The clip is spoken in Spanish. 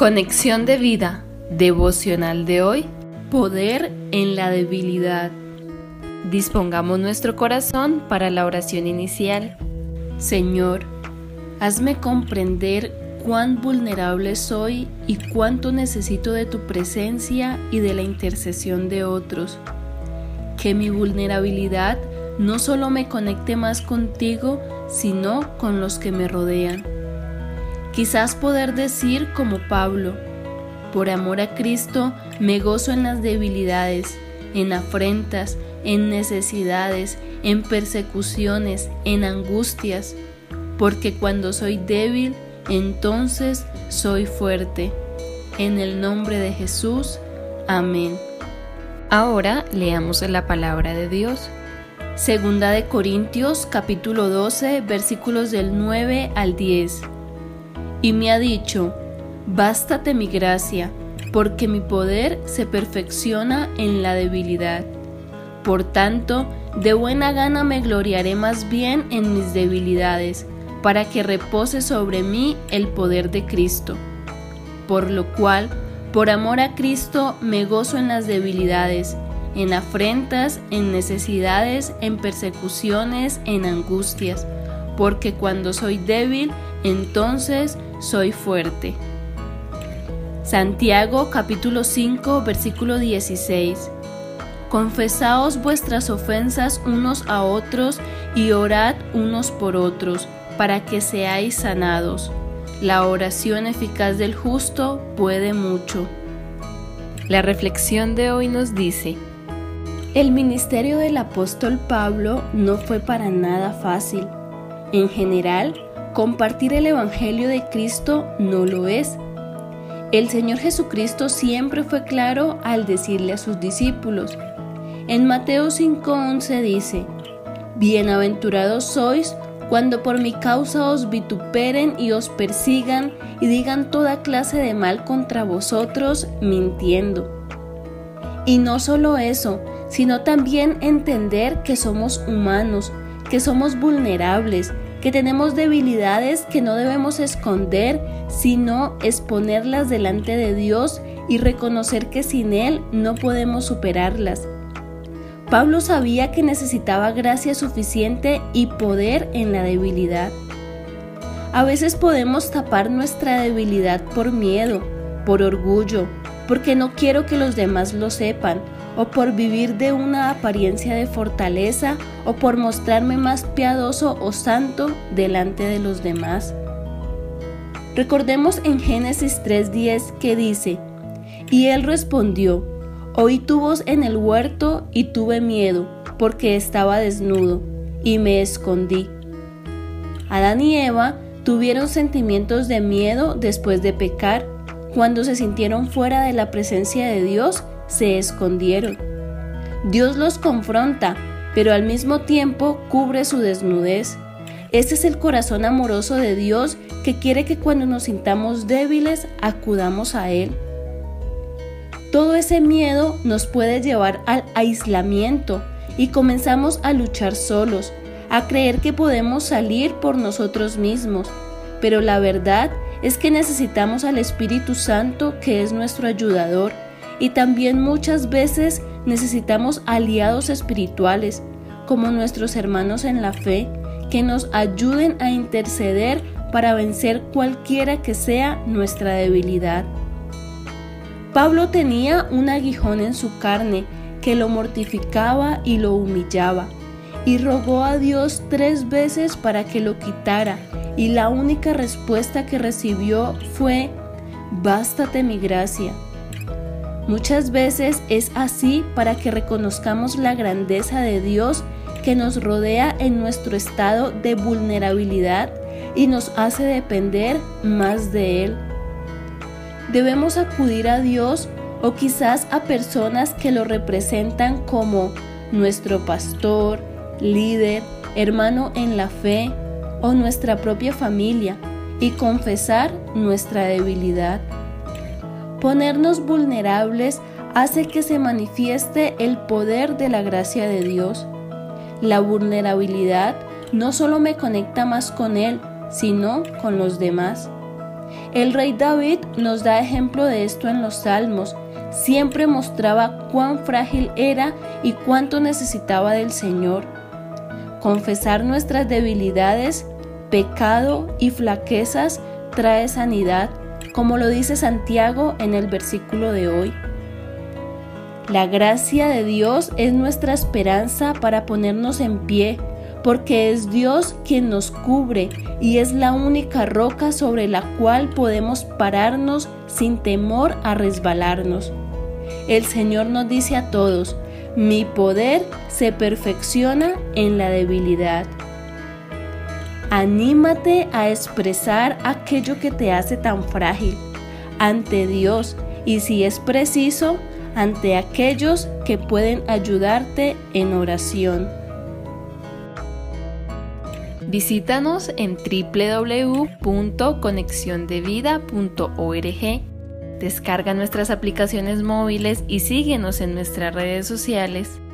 Conexión de vida devocional de hoy: poder en la debilidad. Dispongamos nuestro corazón para la oración inicial. Señor, hazme comprender cuán vulnerable soy y cuánto necesito de tu presencia y de la intercesión de otros. Que mi vulnerabilidad no solo me conecte más contigo, sino con los que me rodean. Quizás poder decir como Pablo: por amor a Cristo me gozo en las debilidades, en afrentas, en necesidades, en persecuciones, en angustias, porque cuando soy débil, entonces soy fuerte. En el nombre de Jesús, amén. Ahora leamos la palabra de Dios. Segunda de Corintios, capítulo 12, versículos del 9 al 10. Y me ha dicho: bástate mi gracia, porque mi poder se perfecciona en la debilidad. Por tanto, de buena gana me gloriaré más bien en mis debilidades, para que repose sobre mí el poder de Cristo. Por lo cual, por amor a Cristo, me gozo en las debilidades, en afrentas, en necesidades, en persecuciones, en angustias, porque cuando soy débil, entonces soy fuerte. Santiago capítulo 5 versículo 16. Confesaos vuestras ofensas unos a otros y orad unos por otros, para que seáis sanados. La oración eficaz del justo puede mucho. La reflexión de hoy nos dice: el ministerio del apóstol Pablo no fue para nada fácil. En general, compartir el Evangelio de Cristo no lo es. El Señor Jesucristo siempre fue claro al decirle a sus discípulos. En Mateo 5:11 dice: bienaventurados sois cuando por mi causa os vituperen y os persigan y digan toda clase de mal contra vosotros, mintiendo. Y no solo eso, sino también entender que somos humanos, que somos vulnerables, que tenemos debilidades que no debemos esconder, sino exponerlas delante de Dios y reconocer que sin Él no podemos superarlas. Pablo sabía que necesitaba gracia suficiente y poder en la debilidad. A veces podemos tapar nuestra debilidad por miedo, por orgullo, porque no quiero que los demás lo sepan, o por vivir de una apariencia de fortaleza, o por mostrarme más piadoso o santo delante de los demás. Recordemos en Génesis 3:10 que dice: y él respondió: oí tu voz en el huerto y tuve miedo, porque estaba desnudo, y me escondí. Adán y Eva tuvieron sentimientos de miedo después de pecar. Cuando se sintieron fuera de la presencia de Dios, se escondieron. Dios los confronta, pero al mismo tiempo cubre su desnudez. Este es el corazón amoroso de Dios, que quiere que cuando nos sintamos débiles, acudamos a Él. Todo ese miedo nos puede llevar al aislamiento y comenzamos a luchar solos, a creer que podemos salir por nosotros mismos, pero la verdad es que necesitamos al Espíritu Santo, que es nuestro ayudador, y también muchas veces necesitamos aliados espirituales, como nuestros hermanos en la fe, que nos ayuden a interceder para vencer cualquiera que sea nuestra debilidad. Pablo tenía un aguijón en su carne que lo mortificaba y lo humillaba, y rogó a Dios 3 veces para que lo quitara, y la única respuesta que recibió fue: bástate mi gracia. Muchas veces es así para que reconozcamos la grandeza de Dios, que nos rodea en nuestro estado de vulnerabilidad y nos hace depender más de Él. Debemos acudir a Dios, o quizás a personas que lo representan, como nuestro pastor, líder, hermano en la fe, o nuestra propia familia, y confesar nuestra debilidad. Ponernos vulnerables hace que se manifieste el poder de la gracia de Dios. La vulnerabilidad no solo me conecta más con Él, sino con los demás. El rey David nos da ejemplo de esto en los Salmos. Siempre mostraba cuán frágil era y cuánto necesitaba del Señor. Confesar nuestras debilidades, pecado y flaquezas trae sanidad, como lo dice Santiago en el versículo de hoy. La gracia de Dios es nuestra esperanza para ponernos en pie, porque es Dios quien nos cubre y es la única roca sobre la cual podemos pararnos sin temor a resbalarnos. El Señor nos dice a todos: mi poder se perfecciona en la debilidad. Anímate a expresar aquello que te hace tan frágil ante Dios y, si es preciso, ante aquellos que pueden ayudarte en oración. Visítanos en www.conexiondevida.org. Descarga nuestras aplicaciones móviles y síguenos en nuestras redes sociales.